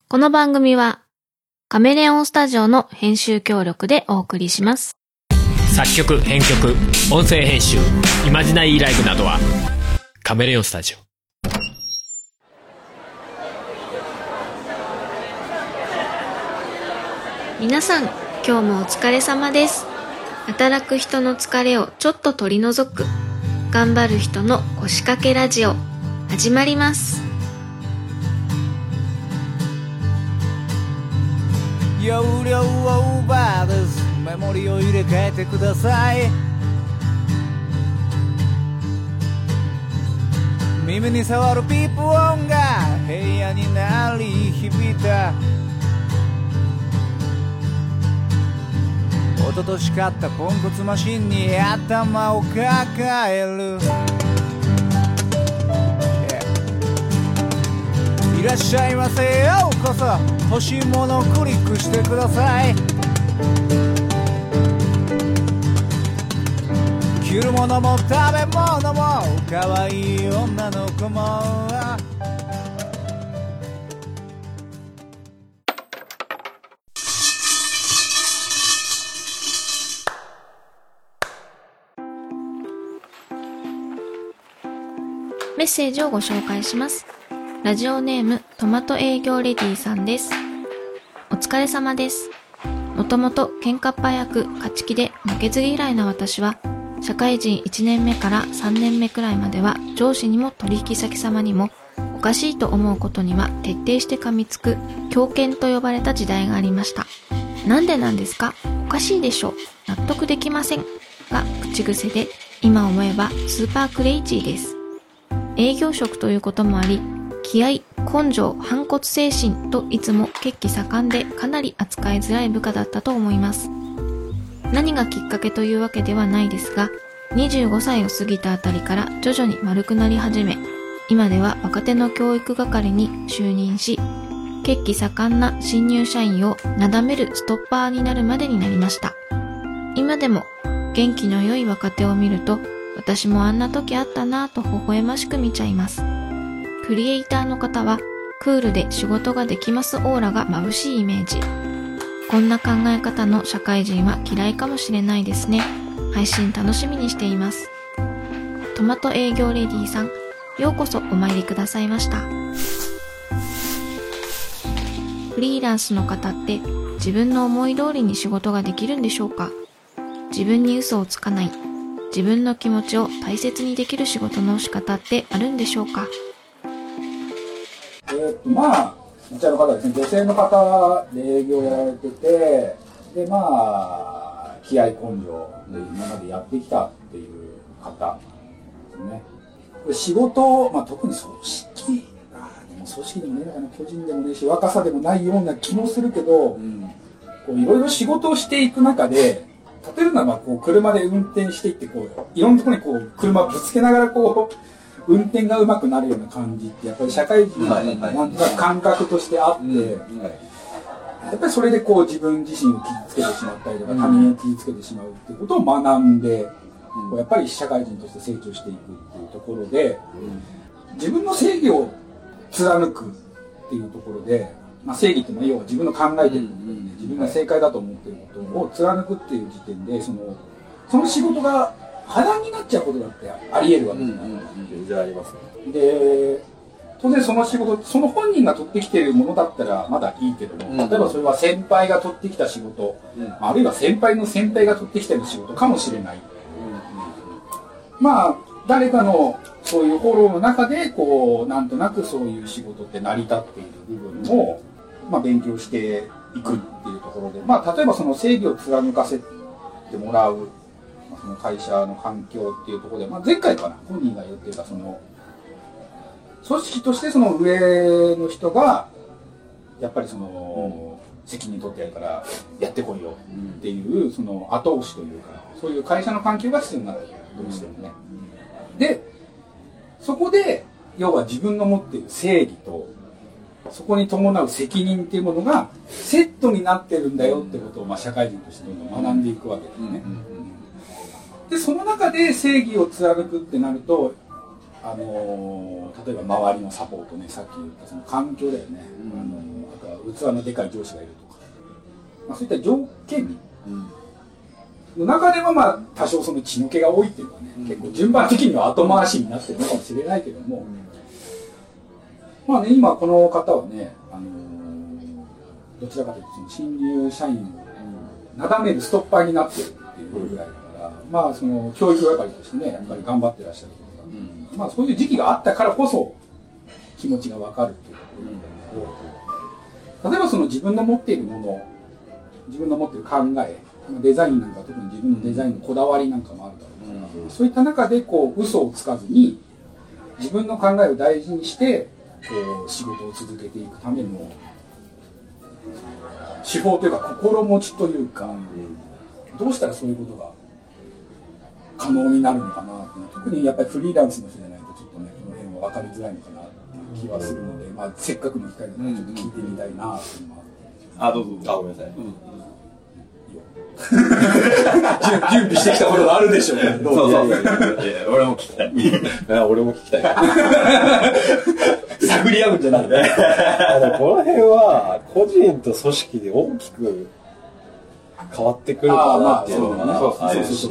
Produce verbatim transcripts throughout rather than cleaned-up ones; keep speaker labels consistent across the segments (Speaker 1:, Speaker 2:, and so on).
Speaker 1: この番組はカメレオンスタジオの編集協力でお送りします。
Speaker 2: 作曲、編曲、音声編集、イマジナリーライブなどはカメレオンスタジオ。
Speaker 1: 皆さん、今日もお疲れ様です。働く人の疲れをちょっと取り除く頑張る人の腰掛けラジオ始まります。
Speaker 3: 容量オーバーです。メモリを入れ替えてください。耳に触るピープ音が部屋に鳴り響いた。一昨年買ったポンコツマシンに頭を抱える、いらっしゃいませ、ようこそ。欲しいものをクリックしてください。着るものも食べ物も可愛い女の子も。
Speaker 1: メッセージをご紹介します。ラジオネームトマト営業レディさんです。お疲れ様です。もともと喧嘩っ早く勝ち気で負けず嫌いな私は、社会人いちねんめからさんねんめくらいまでは上司にも取引先様にもおかしいと思うことには徹底して噛みつく狂犬と呼ばれた時代がありました。なんでなんですか？おかしいでしょ？納得できませんが口癖で、今思えばスーパークレイジーです。営業職ということもあり、気合、根性、反骨精神といつも血気盛んでかなり扱いづらい部下だったと思います。何がきっかけというわけではないですが、にじゅうごさいを過ぎたあたりから徐々に丸くなり始め、今では若手の教育係に就任し、血気盛んな新入社員をなだめるストッパーになるまでになりました。今でも元気の良い若手を見ると、私もあんな時あったなぁと微笑ましく見ちゃいます。クリエイターの方はクールで仕事ができますオーラが眩しいイメージ。こんな考え方の社会人は嫌いかもしれないですね。配信楽しみにしています。トマト営業レディさん、ようこそお参りくださいました。フリーランスの方って自分の思い通りに仕事ができるんでしょうか？自分に嘘をつかない、自分の気持ちを大切にできる仕事の仕方ってあるんでしょうか？
Speaker 4: えー、とまあこちらの方ですね、女性の方で営業やられてて、でまあ気合根性で今までやってきたっていう方ですね。で仕事、まあ、特に組織あでも組織でもねえのかな、個人でもねえし若さでもないような気もするけど、うん、こういろいろ仕事をしていく中で、例えばまあこう車で運転していってこういろんなところにこう車をぶつけながらこう運転が上手くなるような感じってやっぱり社会人のなんとなく感覚としてあって、やっぱりそれでこう自分自身を傷つけてしまったりとか他人を傷つけてしまうっていうことを学んで、こうやっぱり社会人として成長していくっていうところで、自分の正義を貫くっていうところで、まあ、正義っていうのは要は自分の考えてることで、ね、自分が正解だと思っていることを貫くっていう時点で、そのその仕事が破談になっちゃうことだってあり得るわけですから、うんうん、全然ありますね。で当然その仕事、その本人が取ってきているものだったらまだいいけども、うん、例えばそれは先輩が取ってきた仕事、うん、あるいは先輩の先輩が取ってきている仕事かもしれない、うんうん、まあ誰かのそういうフォローの中でこうなんとなくそういう仕事って成り立っている部分を、まあ、勉強していくっていうところで、まあ、例えばその正義を貫かせてもらうその会社の環境っていうところで、まあ、前回かな本人が言ってたその組織としてその上の人がやっぱりその、うん、責任取ってやるからやってこいよっていうその後押しというか、そういう会社の環境が必要になってくる、どうしてもね。でそこで要は自分の持っている正義とそこに伴う責任っていうものがセットになってるんだよってことを、まあ、社会人としてどんどん学んでいくわけですね。でその中で正義を貫くってなると、あのー、例えば周りのサポートね、さっき言ったその環境だよね、うん、あのー、あとは器のでかい上司がいるとか、まあ、そういった条件の中ではまあ多少その血の気が多いっていうのはね、うん、結構順番的には後回しになってるのかもしれないけども、うん、まあね今この方はね、あのー、どちらかというとその新入社員をなだめるストッパーになってるっていうぐらいだから、うん、まあその教育係としてねやっぱり頑張ってらっしゃるとか、うん、まあそういう時期があったからこそ気持ちが分かるっていうところなんだけど、例えばその自分の持っているもの、自分の持っている考え、デザインなんか特に自分のデザインのこだわりなんかもあるだろうから、うん、そういった中でこう嘘をつかずに自分の考えを大事にしてこう仕事を続けていくための手法というか心持ちというか、うん、どうしたらそういうことが可能になるのかなって、特にやっぱりフリーランスの人じゃないとちょっとねこの辺は分かりづらいのかなっていう気はするので、まあ、せっかくの機会だからちょっと聞いてみたいなっていうのもあって、
Speaker 5: あ、どうぞ。あ、ごめんなさい。うん
Speaker 4: 準備してきたことがあるでしょうね。
Speaker 5: そうそうそう。いや俺も聞きたい。いや俺も聞きたい。
Speaker 4: 探り合うんじゃないね。
Speaker 6: あのこの辺は個人と組織で大きく変わってくるかなっていうのがあるし、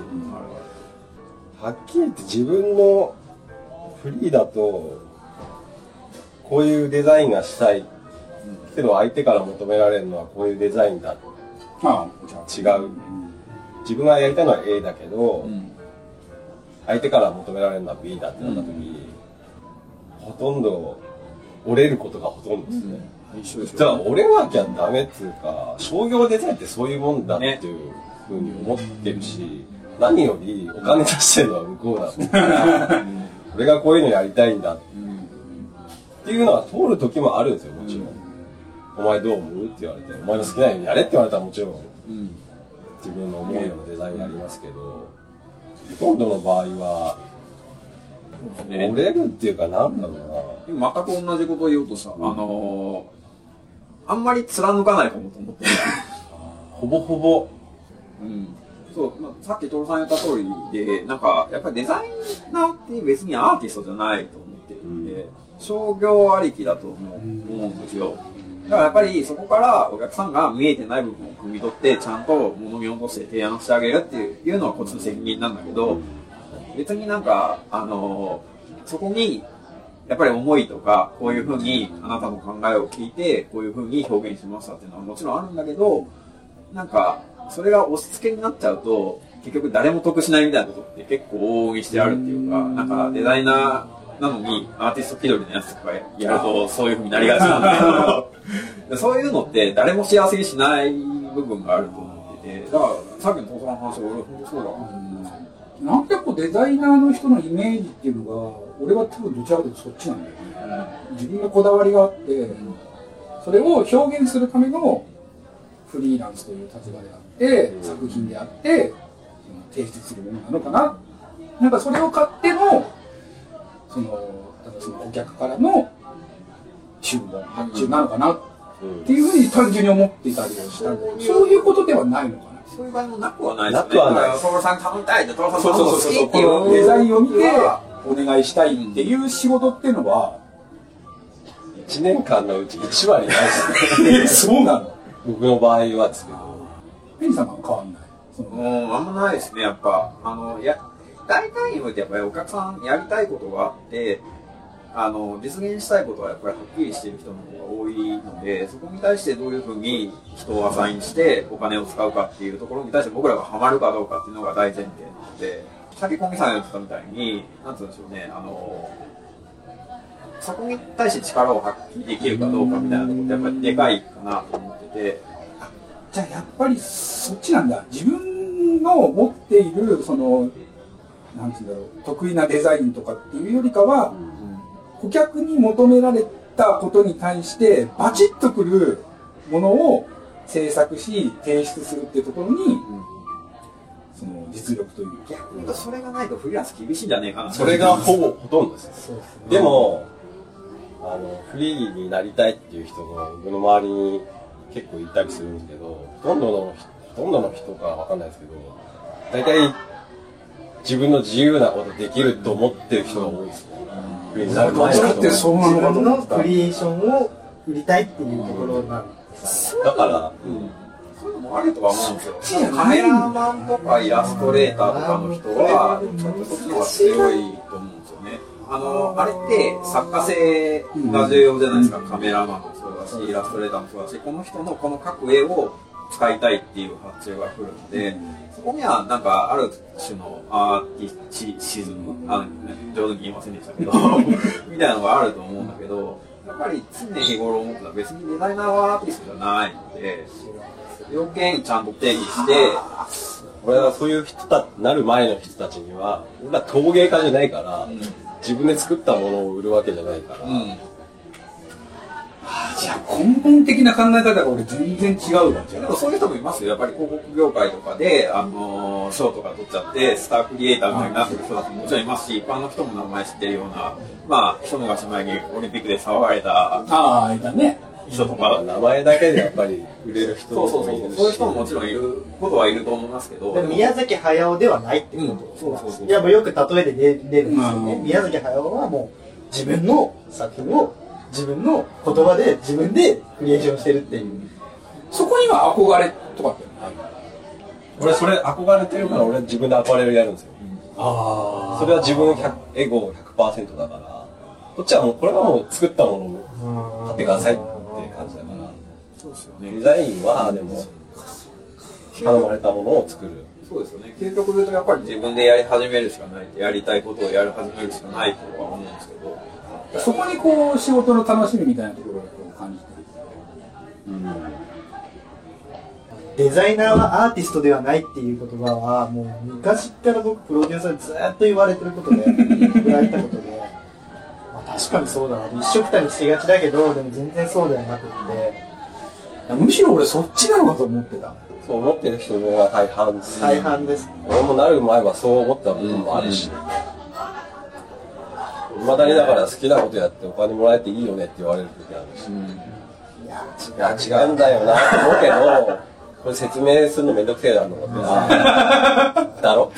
Speaker 6: はっきり言って自分のフリーだとこういうデザインがしたいけど相手から求められるのはこういうデザインだ。ああ違う、うん、自分がやりたいのは エー だけど、うん、相手から求められるのは ビー だってなった時、うん、ほとんど折れることがほとんどですね、うん、じゃあ折れなきゃダメっていうか商業デザインってそういうもんだっていうふうに思ってるし、ね、何よりお金出してるのは向こうだから俺がこういうのやりたいんだっていうのは通る時もあるんですよもちろん、うんお前どう思うって言われて、お前の好きなようにやれって言われたらもちろん、うん、自分の思うようなデザインやりますけど、ほとんどの場合は、折れるっていうかなんだろう
Speaker 5: な。全く同じことを言おうとさ、うん、あのー、あんまり貫かないかもと思って。
Speaker 6: ほぼほぼ。
Speaker 5: うん。そう、まあ、さっき徹さん言った通りで、なんか、やっぱりデザイナーって別にアーティストじゃないと思ってるんで、うん、商業ありきだと思う、うん、思うんですよ。だからやっぱりそこからお客さんが見えてない部分を汲み取ってちゃんと物見落として提案してあげるっていうのはこっちの責任なんだけど、別になんかあのそこにやっぱり思いとかこういうふうにあなたの考えを聞いてこういうふうに表現しましたっていうのはもちろんあるんだけど、なんかそれが押し付けになっちゃうと結局誰も得しないみたいなことって結構往々にしてあるっていうか、なんかデザイナーなのにアーティスト気取りのやつとかやるとそういう風になりがちなんだけどそういうのって誰も幸せにしない部分があると思ってて、だからさっきの東さんの話は俺本当そうだな。
Speaker 4: なんかこうデザイナーの人のイメージっていうのが俺は多分どちらかというとそっちなんだよね、うん、自分のこだわりがあって、うん、それを表現するためのフリーランスという立場であって、うん、作品であって提出するものなのかな。なんかそれを買ってのその例えばその顧客からの注文発注なのかなっていうふうに単純に思っていたりはしたんだけど、そういうことではないのかな。
Speaker 5: そういう場合もなくはないですね。
Speaker 6: なくはない。
Speaker 5: トロさん頼みたいってトロさん
Speaker 4: 頼むの好きっていうデザインを見てお願いしたいっていう仕事っていうのはい
Speaker 6: ちねんかんのうちいちわりないですね。
Speaker 4: えそうなの？
Speaker 6: 僕の場合はですけど。
Speaker 4: ペニさんは変わんない。
Speaker 5: もうあんまないですね。やっぱあのいや大体においてやっぱりお客さんやりたいことがあって、あの実現したいことはやっぱりはっきりしている人の方が多いので、そこに対してどういうふうに人をアサインしてお金を使うかっていうところに対して僕らがハマるかどうかっていうのが大前提なので、さっき小木さんが言ってたみたいになんて言うんでしょうね、あのそこに対して力を発揮できるかどうかみたいなところってやっぱりでかいかなと思ってて、
Speaker 4: じゃあやっぱりそっちなんだ。自分の持っているそのなんていうんだろう、得意なデザインとかっていうよりかは、うん、顧客に求められたことに対してバチッとくるものを制作し提出するっていうところに、うん、その実力という
Speaker 5: か、それがないとフリーランス厳しいんじゃねえかな。
Speaker 6: それがほぼほとんどです。そうですね。でもあのフリーになりたいっていう人が僕の周りに結構いたりするんですけど、ほとんどのほとんどの人かわかんないですけど、大体自分の自由なことできると思ってる人が多いですね。
Speaker 4: フリーになる前
Speaker 6: ってそうなのかな。
Speaker 7: 自分のクリエーションを売りたいっていうところなんです
Speaker 6: だから、
Speaker 5: うんそういうのもあるとは思うんですよ。カメラマンとかイラストレーターとかの人は、ちょっとそっちの方が強いと思うんですよね。あの、あれって作家性が重要じゃないですか。カメラマンもそうだし、イラストレーターもそうだし、この人のこの描く絵を使いたいっていう発注が来るので、そこにはなんかある種のアーティシズム、あの、上手に言いませんでしたけど、みたいなのがあると思うんだけど、やっぱり常日頃思ったら別にデザイナーはアーティストじゃないので、要件ちゃんと定義して、
Speaker 6: 俺はそういう人たなる前の人たちには、俺は陶芸家じゃないから、うん、自分で作ったものを売るわけじゃないから。うん、
Speaker 4: じゃあ根本的な考え方が俺全然違うわ。
Speaker 5: でもそういう人もいますよ。やっぱり広告業界とかで、あのー、賞とか取っちゃって、スタークリエイターみたいになってる人たちももちろんいますし、一般の人も名前知ってるような、まあ、一昔前にオリンピックで騒がれた、
Speaker 4: ああ、いたね。
Speaker 5: 人とか
Speaker 6: 名前だけでやっぱり売れる人
Speaker 5: もいるし、そうそうそう、そういう人ももちろんいることはいると思いますけど、
Speaker 7: でも宮崎駿ではないってこと、うん、そうそうそう、いやもうよく例えで出るんですよね、うん、宮崎駿はもう自分の作品を自分の言葉で自分でクリエーションしてるっていう、
Speaker 4: そこには憧れとかってない？
Speaker 6: 俺それ憧れてるから俺自分でアパレルやるんですよ、うん、ああそれは自分エゴ ひゃくパーセント だからこっちはもうこれはもう作ったものを買ってくださいって感じだから、そうですよね、デザインはでも頼まれたものを作る。
Speaker 5: そうですよね。究極言うとやっぱり自分でやり始めるしかない、やりたいことをやり始めるしかないとは思うんですけど、
Speaker 4: そこにこう仕事の楽しみみたいなところを感じてる。うん、
Speaker 7: デザイナーはアーティストではないっていう言葉はもう昔から僕プロデューサーにずっと言われてることで言われたことで、まあ、確かにそうだな、一緒くたにしがちだけどでも全然そうではなくて、
Speaker 4: むしろ俺そっちなのかと思ってた。
Speaker 6: そう思ってる人が大半です。
Speaker 7: 大半です。
Speaker 6: 俺もなる前はそう思った部分もあるし、いまだにだから好きなことやってお金もらえていいよねって言われる時あるし、うん、いや違うんだよなと思うけど、これ説明するのめんどくせえなと思ってさ、だろ？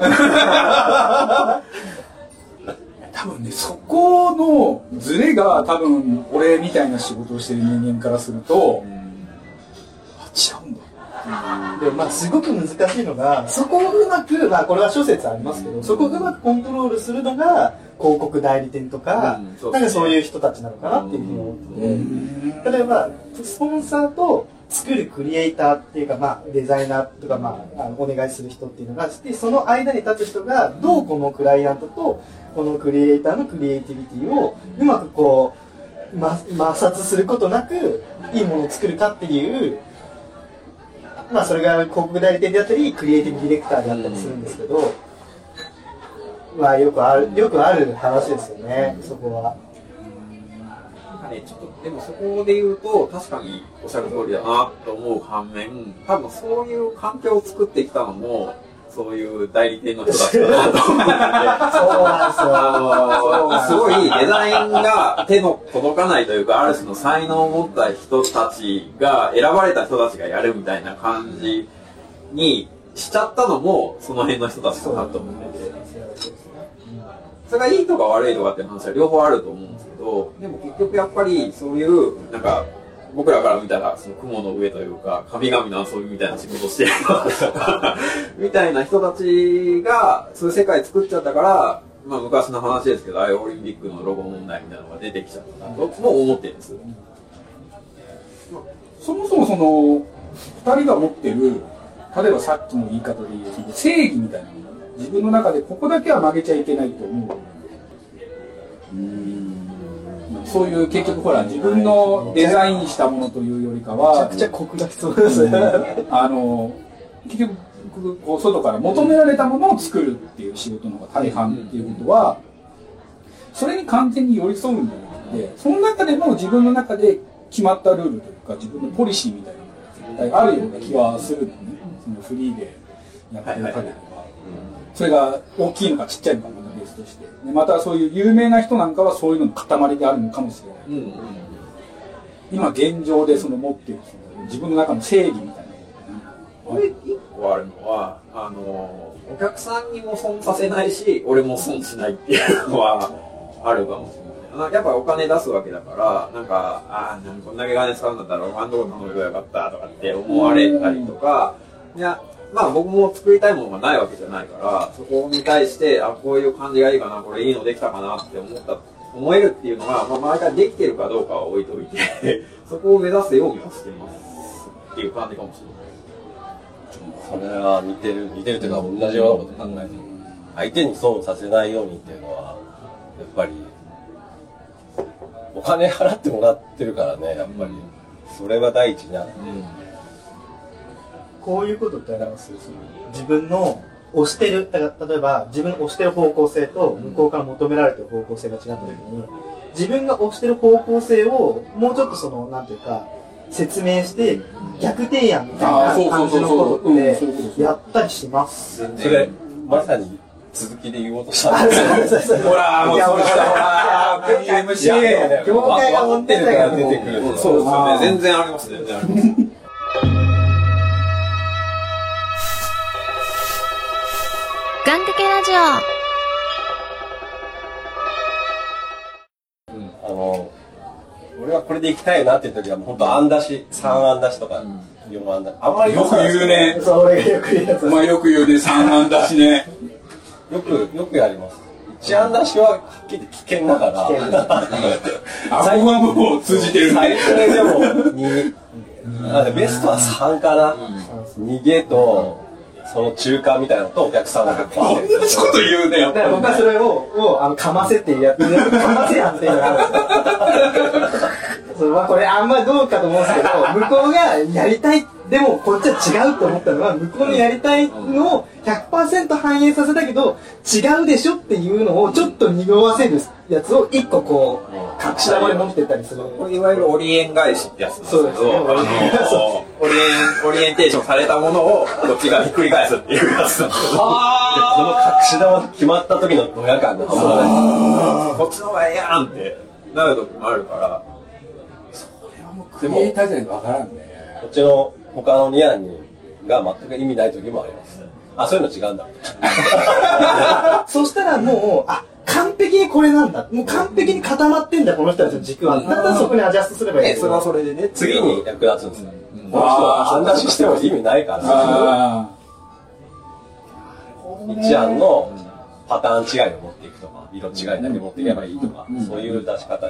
Speaker 4: 多分ね、そこのズレが多分俺みたいな仕事をしてる人間からすると、うん、あ、違うんだ。
Speaker 7: でもまあすごく難しいのが、そこをうまく、まあこれは諸説ありますけど、そこをうまくコントロールするのが広告代理店とか、うん、なんかそういう人たちなのかなっていうふうに思ってて、例えばスポンサーと作るクリエイターっていうか、まあデザイナーとか、まあ、あのお願いする人っていうのがして、その間に立つ人がどうこのクライアントとこのクリエイターのクリエイティビティをうまくこう、ま、摩擦することなくいいものを作るかっていう、まあそれが広告代理店であったりクリエイティブディレクターであったりするんですけど、まあよくあるよくある話ですよね、そこは。
Speaker 5: なんかね、ちょっとでもそこで言うと確かにおっしゃる通りだなと思う反面、多分そういう環境を作ってきたのもそういう代理店の人たちだなと思って、そうなんですよ。あのすごいデザインが手の届かないというか、ある種の才能を持った人たちが選ばれた人たちがやるみたいな感じにしちゃったのもその辺の人たちかなと思ってて、それがいいとか悪いとかっていう話は両方あると思うんですけど、でも結局やっぱりそういうなんか僕らから見たらその雲の上というか神々の遊びみたいな仕事をしてる人とかみたいな人たちがそういう世界作っちゃったから、まあ昔の話ですけど、ああいうオリンピックのロゴ問題みたいなのが出てきちゃったとも思ってるんです。
Speaker 4: そもそもそのふたりが持ってる、例えばさっきの言い方で言うと正義みたいなもの、自分の中でここだけは曲げちゃいけないと思う。うーん、そういう結局ほら自分のデザインしたものというよりかは
Speaker 7: めちゃくちゃコクが必要ですね。
Speaker 4: あの結局こう外から求められたものを作るっていう仕事の方が大半っていうことは、それに完全に寄り添うんじゃなくて、その中でも自分の中で決まったルールというか自分のポリシーみたいなのが絶対あるような気はするのね。そのフリーでやってる限りは、それが大きいのかちっちゃいのかまた別として、でまたそういう有名な人なんかはそういうのの塊であるのかもしれない、うんうん、今現状でその持っているその自分の中の正義みたいな
Speaker 5: これ一個あるのは、あのお客さんにも損させないし俺も損しないっていうのはあるかもしれないやっぱお金出すわけだから、なんか、ああ、こんだけ金使うんだったら、お前んとこ頼めばよかったとかって思われたりとか、いや、まあ僕も作りたいものがないわけじゃないから、そこに対して、あ、こういう感じがいいかな、これいいのできたかなって思った、思えるっていうのが、まあ毎回できてるかどうかは置いといて、そこを目指すようにはしてますっていう感じかもしれない。
Speaker 6: それは似てる、似てるというか同じようなこと考えてる。相手に損させないようにっていうのは、やっぱり、お金払ってもらってるからね、やっぱり。それが第一になる。
Speaker 7: こういうことってあります？自分の推してる、だから例えば自分の推してる方向性と向こうから求められてる方向性が違った時に、自分が推してる方向性をもうちょっとその、なんていうか、説明して逆提案みたいな感じのことってやったりします。
Speaker 6: それ、まさに続きで言おうとしたんですよ。
Speaker 5: ほら、もうそうしたほら、エムシー。
Speaker 7: 業界が持ってるから
Speaker 6: 出てくる。
Speaker 5: そうですよね。全然あります、全然あります。
Speaker 1: ガンかけラジ
Speaker 6: オ。あの、俺はこれで行きたいなっていう時は、もう本当案出し、さん案出しとか、よん案出し。あんまり
Speaker 8: よく言うね。
Speaker 7: それがよく言うやつ。
Speaker 8: お前よく言うね、さん案出しね。
Speaker 6: よく、よくやります。一案出しははっきり危険だから。
Speaker 8: あ、僕はもう通じてる
Speaker 6: 最
Speaker 8: ね。
Speaker 6: 初でもに、あベストはさんかな。逃げと、その中間みたいなのとお客さんが
Speaker 8: 同じこと言うね、やっぱり。
Speaker 7: だから僕はそれを、をあのかませってやって、かませやんっていうのがあるんですよ。それはこれあんまりどうかと思うんですけど、向こうがやりたい、でもこっちは違うと思ったのは、向こうのやりたいのを ひゃくパーセント 反映させたけど、違うでしょっていうのをちょっと匂わせるやつを一個こう、隠し玉で持ってったりする。
Speaker 5: これいわゆるオリエン返しってやつなんですけど、
Speaker 7: そうですね
Speaker 5: あのオリエン、オリエンテーションされたものをこっちがひっくり返すっていうやつなんですけど、
Speaker 6: この隠し玉決まった時のドヤ感が半端ない。
Speaker 5: こっちの方がええやんってなる時もあるから、
Speaker 4: クリエイターじゃないとわからんね。
Speaker 6: こっちの他のニアにが全く意味ない時もあります。あ、そういうの違うんだ。
Speaker 7: そしたらもう、あ、完璧にこれなんだ。もう完璧に固まってんだ、この人たちの軸は。だったらそこにアジャストすればいい。
Speaker 5: それはそれでね、
Speaker 6: 次に役立つんですよ。この人は半出ししても意味ないから。一案のパターン違いを持っていくとか、色違いだけ持っていけばいいとか、そういう出し方に。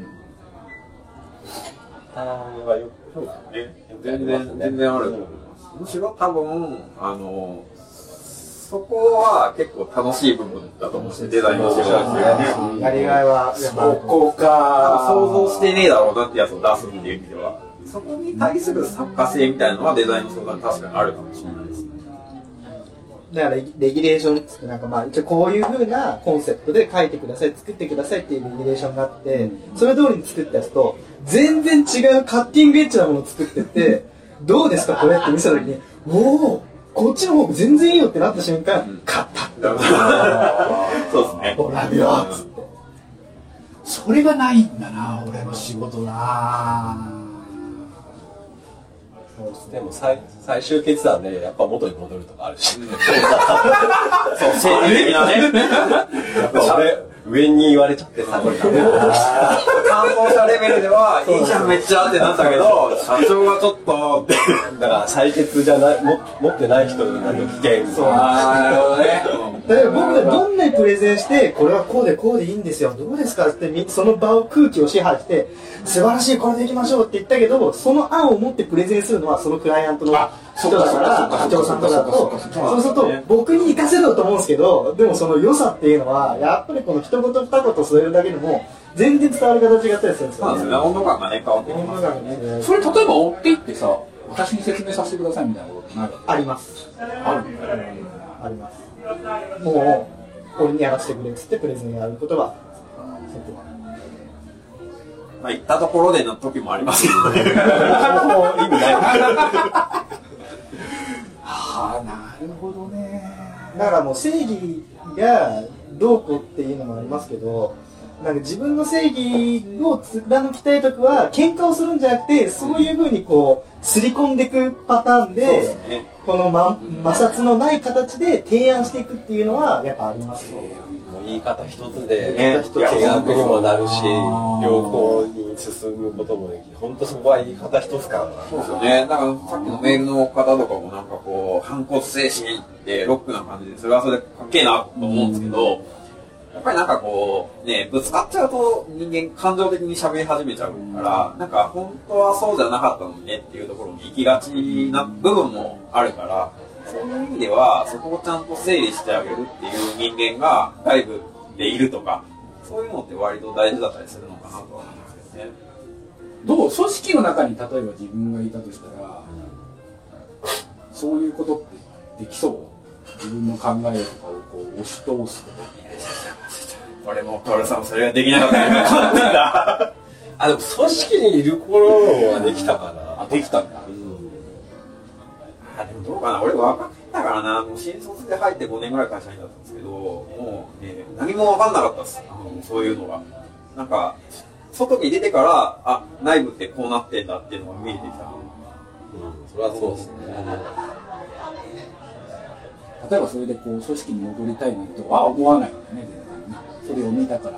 Speaker 6: パターンはよくね、
Speaker 5: 全然、全然あると思います。むしろ多分、あの、そこは結構楽しい部分だと思うんですよ、デザインの仕事っていうね。
Speaker 7: やりがいは、
Speaker 5: そこか、想像してねえだろうなってやつを出すっていう意味では、そこに対する作家性みたいなのはデザインの相談に確かにあるかもしれないですね。
Speaker 7: だからレギュレーションってなんかまあ一応こういう風なコンセプトで書いてください、作ってくださいっていうレギュレーションがあって、それ通りに作ったやつと全然違うカッティングエッジなものを作ってってどうですかこれって見せた時に、おおこっちの方が全然いいよってなった瞬間、買ったって
Speaker 5: そうですね。
Speaker 7: ほら見ろっつって。
Speaker 4: それがないんだな、俺の仕事な。
Speaker 6: でも最最終決断でやっぱ元に戻るとかあるし、そう
Speaker 5: 政治的なね。
Speaker 6: やっぱ俺上に言われちゃってさ、これダメだな。
Speaker 5: 担当者レベルではいいじゃんめっちゃってなったけど、社長がちょっとって
Speaker 6: だから採決じゃないも持ってない人になる危険。
Speaker 7: そう
Speaker 5: ああなるほどね。
Speaker 7: 例えば僕がどんなにプレゼンしてこれはこうでこうでいいんですよどうですかってその場を空気を支配して素晴らしいこれでいきましょうって言ったけど、その案を持ってプレゼンするのはそのクライアントの人だから社長さんとかだと、そうすると僕に活かせると思うんですけど、でもその良さっていうのはやっぱりこの一言二言添えるだけでも全然伝わる形違ったりするんですよね。
Speaker 5: そうですね。温度感がね変わってきますからね。
Speaker 4: それ例えば追っていってさ、私に説明させてくださいみたいなことない？
Speaker 7: あります。
Speaker 4: あるんだよ。
Speaker 7: あります。もう俺にやらせてくれっつってプレゼンやることはそこは。
Speaker 5: まあ言ったところでの時もありますけどね。
Speaker 6: 意味ない。
Speaker 4: はあ、なるほどね。
Speaker 7: だからもう正義がどうこうっていうのもありますけど、なんか自分の正義を貫きたいときは喧嘩をするんじゃなくて、そういう風にこうすり込んでいくパターンで、ね、この、ま、摩擦のない形で提案していくっていうのはやっぱありますよ。
Speaker 6: もう言い方一つで見学にもなるし、良好に進むこともできる。本当そこは言い方一つか。
Speaker 5: そうですよね。だからさっきのメールの方とかもなんかこう反骨精神ってロックな感じで、それはそれでかっけえなと思うんですけど、やっぱりなんかこうね、ぶつかっちゃうと人間感情的に喋り始めちゃうから、なんか本当はそうじゃなかったのにねっていうところに行きがちな部分もあるから、そういう意味ではそこをちゃんと整理してあげるっていう人間が外部でいるとか、そういうのって割と大事だったりするのかなとは思いますけどね。
Speaker 4: どう、組織の中に例えば自分がいたとしたら、そういうことってできそう？自分の考えとかをこう押し通すこと。
Speaker 5: 俺もトールさんもそれができなかったよ。あ、
Speaker 6: でも組織にいる頃はできたかな。
Speaker 4: あ、できたんだ。
Speaker 6: うん、
Speaker 5: あ、でもどうかな、俺若かったからな、もう新卒で入ってごねんぐらい会社員だったんですけど、もうね、何も分かんなかったです、そういうのが。なんか、外に出てから、あ、内部ってこうなってんだっていうのが見えてきた。うん、
Speaker 6: それはそうですね。
Speaker 4: 例えばそれでこう組織に戻りたいなんては思わないんだよね、それを見たから、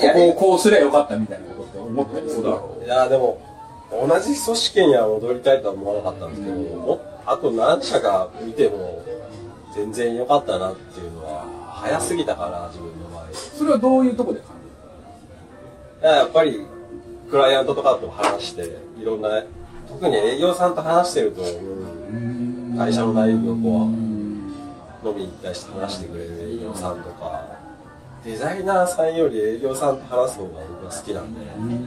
Speaker 4: ここをこうすればよかったみたいなことって思ったりするだろう。
Speaker 6: いや、でも、同じ組織には戻りたいとは思わなかったんですけど、もあと何社か見ても全然良かったなっていうのは早すぎたから自分の場合。
Speaker 4: それはどういうところで感
Speaker 6: じる？やっぱりクライアントとかと話していろんな、特に営業さんと話してると、うん、会社の内部をこう飲みに行ったりして話してくれる営業さんとか、デザイナーさんより営業さんと話す方が僕は好きなんで、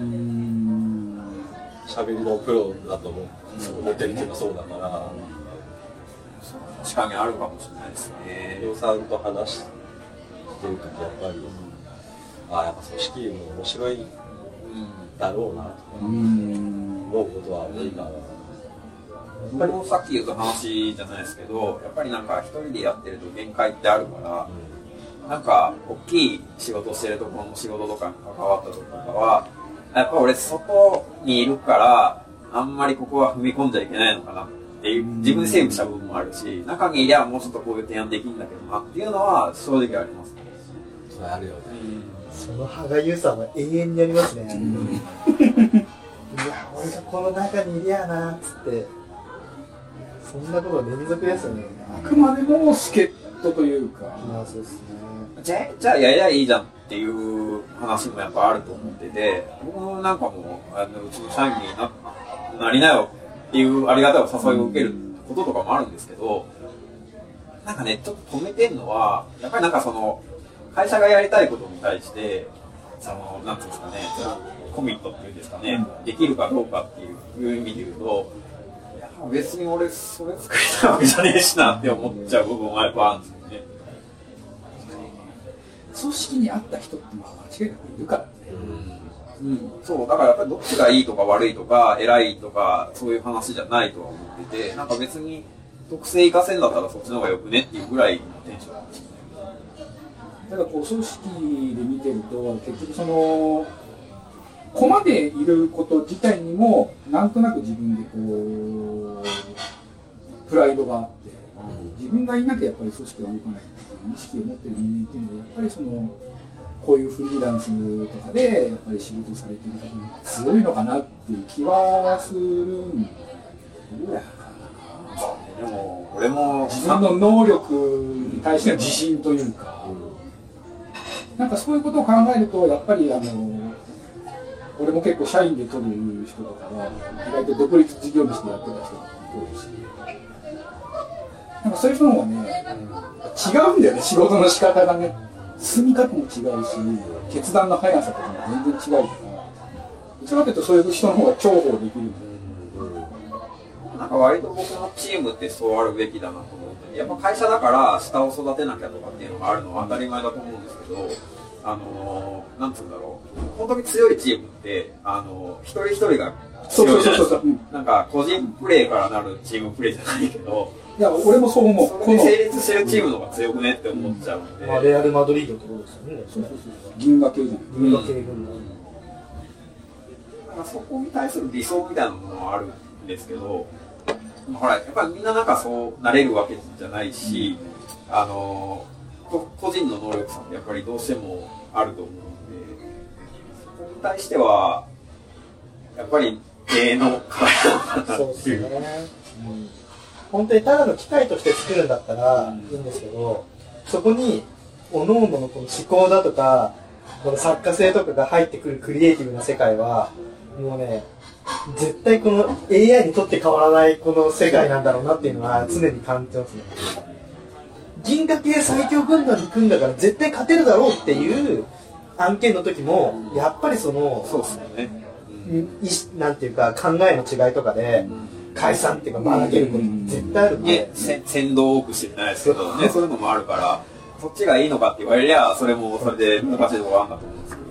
Speaker 6: 喋りのプロだと思ってるっていうかそうだから、
Speaker 5: 確かにあるかもしれないですね。
Speaker 6: 営業さんと話してるときやっぱり、ああやっぱ組織も面白いだろうなと思うことは多いかな。
Speaker 5: これもさっき言った話じゃないですけど、やっぱりなんか一人でやってると限界ってあるから、うん、なんか大きい仕事してるところの仕事とかに関わった時とかは、やっぱ俺外にいるからあんまりここは踏み込んじゃいけないのかなっていう自分でセーブした部分もあるし、中にいりゃもうちょっとこういう提案できるんだけどなっていうのは正直あります。
Speaker 6: それあるよね。
Speaker 7: うん、その歯がゆさは永遠にありますね。うん、いや俺がこの中にいりゃなっつって。そんなこと連続ですよね。
Speaker 4: あくまでも助っ人というか、
Speaker 7: まあそうですね。
Speaker 5: じゃじゃあやりゃいいじゃんっていう話もやっぱあると思ってて、僕なんかもあのうちの社員に な, なりなよっていうありがたいお誘いを受けることとかもあるんですけど、なんかねちょっと止めてるのはやっぱりなんかその会社がやりたいことに対してそのなんていうんですかね、コミットっていうんですかね、うん、できるかどうかっていう意味で言うと。別に俺それ作りたいわけじゃねえしなって思っちゃう部分はやっぱあるんですよね。
Speaker 4: 組織に合った人ってまあ間違いなくいるからね。
Speaker 5: うん、うん、そうだからやっぱりどっちがいいとか悪いとか偉いとかそういう話じゃないとは思ってて、なんか別に特性生かせんだったらそっちの方がよくねっていうぐらいのテンションなんですよね。
Speaker 4: ただこう組織で見てると結局そのここまでいること自体にもなんとなく自分でこうプライドがあって、自分がいなきゃやっぱり組織が動かないっていう意識を持ってる人間っていうのはやっぱりそのこういうフリーランスとかでやっぱり仕事されてる方が強いのかなっていう気はするんだけど、
Speaker 5: でも俺も
Speaker 4: 自分の能力に対しての自信というか、なんかそういうことを考えるとやっぱりあの俺も結構社員で取る人とかは意外と独立事業主でやってた人が多いし、なんかそういう人の方がね、違うんだよね、仕事の仕方がね、進み方も違うし決断の速さとかも全然違うから、どちらかというとそういう人の方が重宝できるんだよね。
Speaker 5: なんか割と僕のチームってそうあるべきだなと思って、やっぱ会社だから下を育てなきゃとかっていうのがあるのは当たり前だと思うんですけど、あのー、なんつうんだろう、本当に強いチームって、あのー、一人一人が強いじゃないですか。なんか個人プレーからなるチームプレーじゃないけど、
Speaker 4: いや俺もそう思う。
Speaker 5: それで成立してるチームの方が強くねって思っちゃうんで、
Speaker 7: まあ、レアル・マドリードってことですよね。
Speaker 4: そうそうそう、銀河系じゃん。
Speaker 7: 銀河系軍団。
Speaker 5: なんかそこに対する理想みたいなものもあるんですけど、ほらやっぱりみんななんかそうなれるわけじゃないし、あのー個人の能力差ってやっぱりどうしてもあると思うので、そこに対してはやっぱり芸能課題だなっていう。
Speaker 7: 本当にただの機械として作るんだったらいいんですけど、そこに各々のこの思考だとかこの作家性とかが入ってくるクリエイティブな世界はもうね、絶対この エーアイ にとって変わらないこの世界なんだろうなっていうのは常に感じてますね。銀河系最強軍団に組んだから絶対勝てるだろうっていう案件の時もやっぱりその
Speaker 5: そうですよね、
Speaker 7: うん、なんていうか考えの違いとかで解散っていうかばらけること絶対あるんで、
Speaker 5: ね、先導多くしてないですけどね、そういうのもあるからそっちがいいのかって言われりゃそれもそれで難しいところあるんだと思うんですけ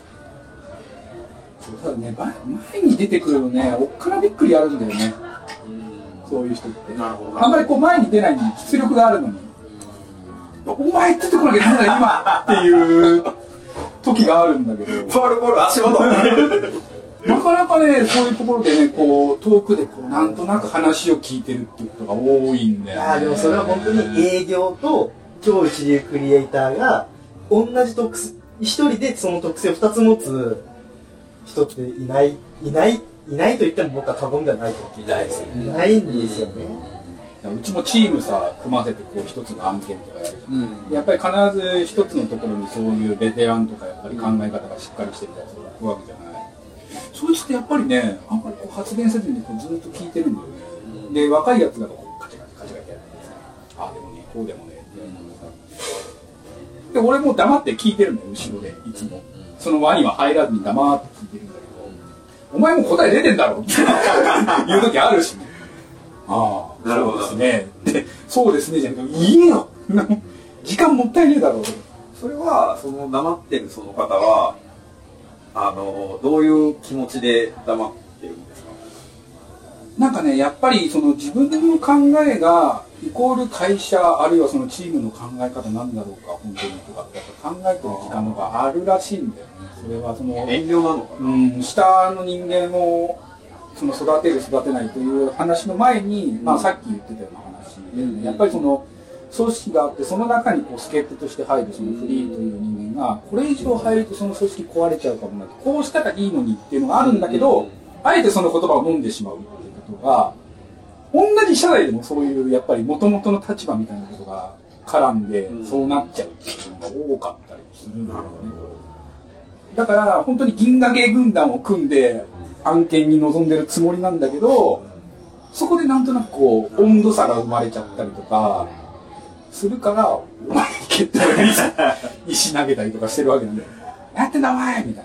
Speaker 5: ど、
Speaker 4: ただね、前に出てくるのね、おっからびっくりあるんだよね、うん、そういう人って。なるほど。あんまりこう前に出ないのに出力があるのに、お前出てこなきゃダメだ今っていう時があるんだけど、
Speaker 5: ボールボール足元
Speaker 4: なかなかね、そういうところでね、こう遠くでこうなんとなく話を聞いてるっていうことが多いんだよね。
Speaker 7: あでもそれは本当に営業と超一流クリエイターが同じ特性、一人でその特性を二つ持つ人っていないいないいないと言っても僕は過言ではないと思う。
Speaker 6: いないですね。
Speaker 7: いないんですよね。
Speaker 4: うちもチームさ組ませてこう一つの案件とかやるじゃん、うん、やっぱり必ず一つのところにそういうベテランとかやっぱり考え方がしっかりしてるやつが来るわけじゃない。そいつってやっぱりね、あんまりこう発言せずにこうずっと聞いてるんだよね、うん、で若いやつがこうカチカチカチカチやってさ、ああでもねこうでもねってで俺も黙って聞いてるのよ後ろでいつも、その輪には入らずに黙って聞いてるんだけど、お前も答え出てんだろって言う時あるしね。ああ、なるほどですね。で、そうですねじゃなくて言えよ。時間もったいねえだろう。
Speaker 5: それはその黙ってるその方はあのどういう気持ちで黙ってるんですか。
Speaker 4: なんかね、やっぱりその自分の考えがイコール会社あるいはそのチームの考え方なんだろうか本当にとかってやっぱ考えてる時間があるらしいんだよね。それはその
Speaker 5: 遠慮なのかな。
Speaker 4: うん、下の人間をその育てる育てないという話の前に、まあ、さっき言ってたような話で、ね、やっぱりその組織があってその中にこう助っ人として入るそのフリーという人間がこれ以上入るとその組織壊れちゃうかもなこうしたらいいのにっていうのがあるんだけど、あえてその言葉を飲んでしまうっていうことが同じ社内でもそういうやっぱり元々の立場みたいなことが絡んでそうなっちゃうっていうのが多かったりするんだよね。だから本当に銀河系軍団を組んで案件に臨んでるつもりなんだけど、そこでなんとなくこう温度差が生まれちゃったりとかするからお前に蹴ったり石投げたりとかしてるわけなんで、やってんだお前みたいな。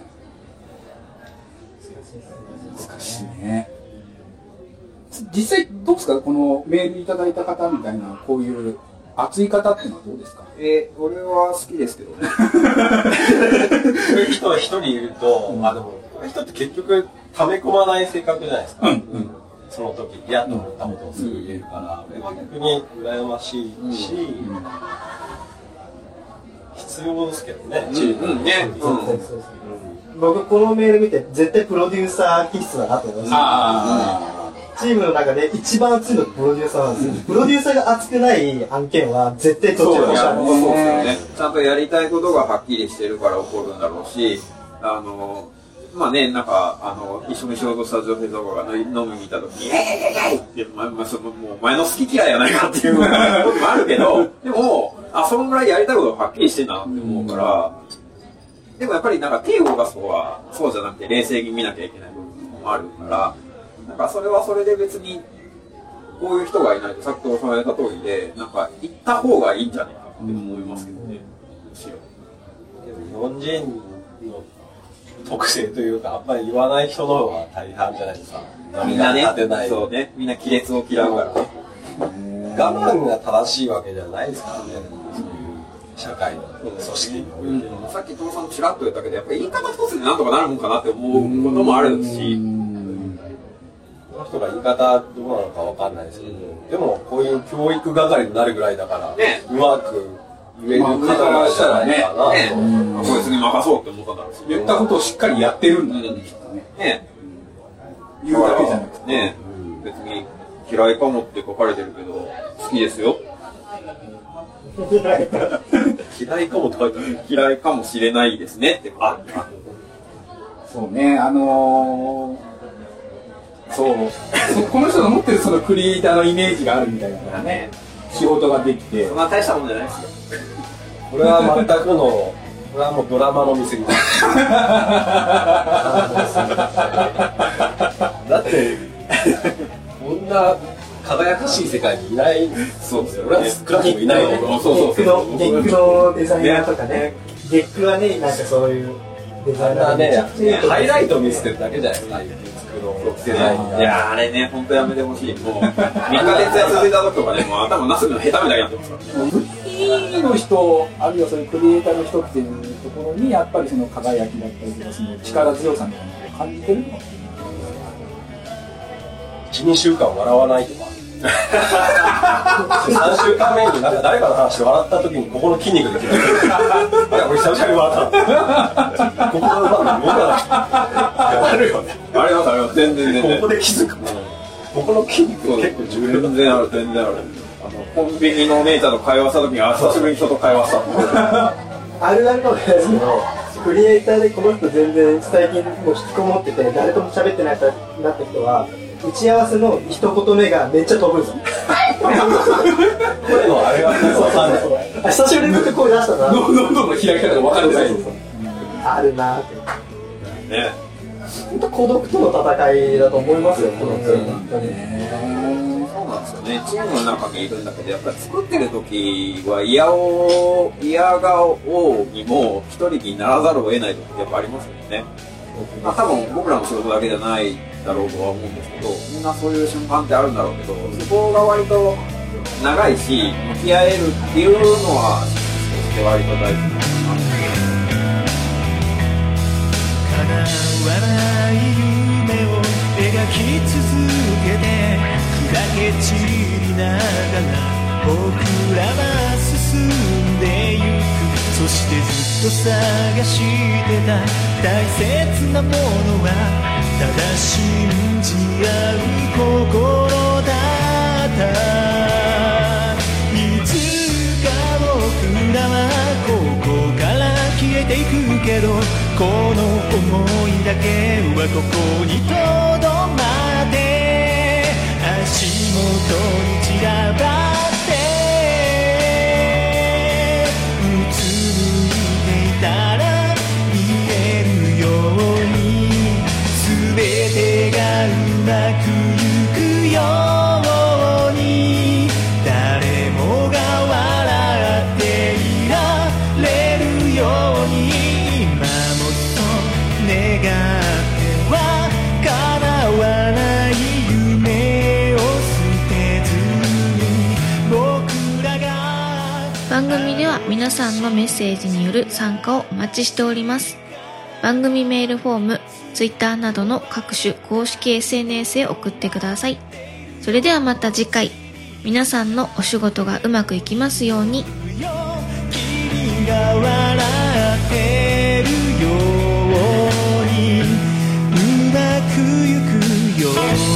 Speaker 4: 難しいね。実際どうですか、このメールいただいた方みたいなこういう熱い方っていうのはどうですか。
Speaker 5: えー、俺は好きですけどね。
Speaker 6: そういう人が一人いると、うん、あでもこの人って結局溜め込まない性格じゃないですか、うんうん、その時嫌と思ったことをすぐ言えるから、うん、これは逆に羨ましいし、うん、必要ですけどね、チーム、うん、ね、
Speaker 7: 僕このメール見て絶対プロデューサー気質だなと思います。チームの中で一番熱いのがプロデューサーなんですよ。プロデューサーが熱くない案件は絶対途中でしたね。
Speaker 5: そうですよね。ちゃんとやりたいことがはっきりしてるから起こるんだろうし、あのまあね、なんかあの一緒に仕事した女性とかが飲みに行った時に「えいえいえい!」って、まあ、そのもうお前の好き嫌いやないかっていうこともあるけど、でもあそのぐらいやりたいことがはっきりしてんだなって思うから、でもやっぱりなんか手を動かす方はそうじゃなくて冷静に見なきゃいけない部分もあるから。なんかそれはそれで別にこういう人がいないとさっきおっしゃられた通りでなんか行った方がいいんじゃないかって思いますけどね。むしろ
Speaker 6: 日本人の特性というかあんまり言わない人の方が大半じゃないですか。
Speaker 5: みんなね、そうね、みんな亀裂を嫌うからね。
Speaker 6: 我慢が正しいわけじゃないですからね。そういう社会の組織において、
Speaker 5: うん、さっき父さんちらっと言ったけどやっぱり言い方一つでなんとかなるもんかなって思うこともあるし。
Speaker 6: この人が言い方どうなのかわかんないですけど、うん、でもこういう教育係になるぐらいだから、ね、うまく言える方がしたらね、
Speaker 5: こいつに任そうって思ったんだろうし、
Speaker 4: 言ったことをしっかりやってるんだね、
Speaker 5: ね、
Speaker 4: 言うだけじゃなくて
Speaker 5: ね、別に嫌いかもって書かれてるけど好きですよ。
Speaker 6: 嫌いかもって書いてある。
Speaker 5: 嫌いかもしれないですねってあ
Speaker 4: そうね、あのー、そうこの人が持ってるそのクリエイターのイメージがあるみたいなからね、仕事ができて、
Speaker 5: そんな大したもんじゃないですよ。
Speaker 6: これは全くのこれはもうドラマの見過ぎだってこんな輝かしい世界にいない。
Speaker 5: そうですよね。
Speaker 6: 俺は少なくともいないね。
Speaker 7: そうそうそう。ゲックのデザイナーとかね。ゲックはね、なんかそういうデザイナー
Speaker 6: ね、ハイライト見せてるだけじゃないですか。デザイン
Speaker 5: いやあれね、本当やめてほしい。もうみっか徹夜続いた時とかね、もう頭なすの下手みたいになってますからね。
Speaker 4: フリーの人、あるいはそういうクリエイターの人っていうところにやっぱりその輝きだったりとか、その力強さみたいなのを感じてるのかもしれない。
Speaker 6: いち、にしゅうかん笑わないとかさんしゅうかんめになんか誰かの話で笑った時にここの筋肉できるあれ俺久々に笑ったここのうまく動かないあるよね。
Speaker 5: ありますあります。全然全然
Speaker 6: ここで気づくここの筋肉結構重要だ。
Speaker 5: 全然ある全然ある。あのコンビニのお姉ちゃんと会話した時にあ久しぶりに人と会話した
Speaker 7: あるあるかもしれないですけど、クリエイターでこの人全然最近もう引きこもってて誰とも喋ってないなった人は打ち合わせの一言目がめっちゃ飛ぶんですよ。
Speaker 6: 声のあれが分かんない。
Speaker 7: 久しぶりに声出したな。
Speaker 4: 喉の開き方が分かるない。
Speaker 7: あるなーって。
Speaker 5: ね。
Speaker 7: 本当孤独との戦いだと思いますよ。この人
Speaker 5: そうなんですよね。チームの中にいるんだけど、やっぱり作ってる時は嫌を嫌がおうにも一人にならざるを得ない時ってやっぱありますよね。まあ多分僕らの仕事だけじゃないだろうとは思うんですけど、みんなそういう瞬間ってあるんだろうけど、そこが割と長いし向き合えるっていうのはして割と大事なのかな。
Speaker 9: 叶わない夢を描き続けて砕け散りながら僕らは進んでゆく。そしてずっと探してた大切なものはただ信じ合う心だった。いつか僕らはここから消えていくけど、この想いだけはここにとどまって足元に散らばってうつむいていたら見えるように全てがうまくいくように誰もが笑っていられるように今もそう願っては叶わない夢を捨てずに僕らが。
Speaker 1: 番組では皆さんのメッセージによる参加をお待ちしております。番組メールフォーム、ツイッターなどの各種公式 エスエヌエス へ送ってください。それではまた次回、皆さんのお仕事がうまくいきますように。
Speaker 9: 君が笑ってるようにうまくいくように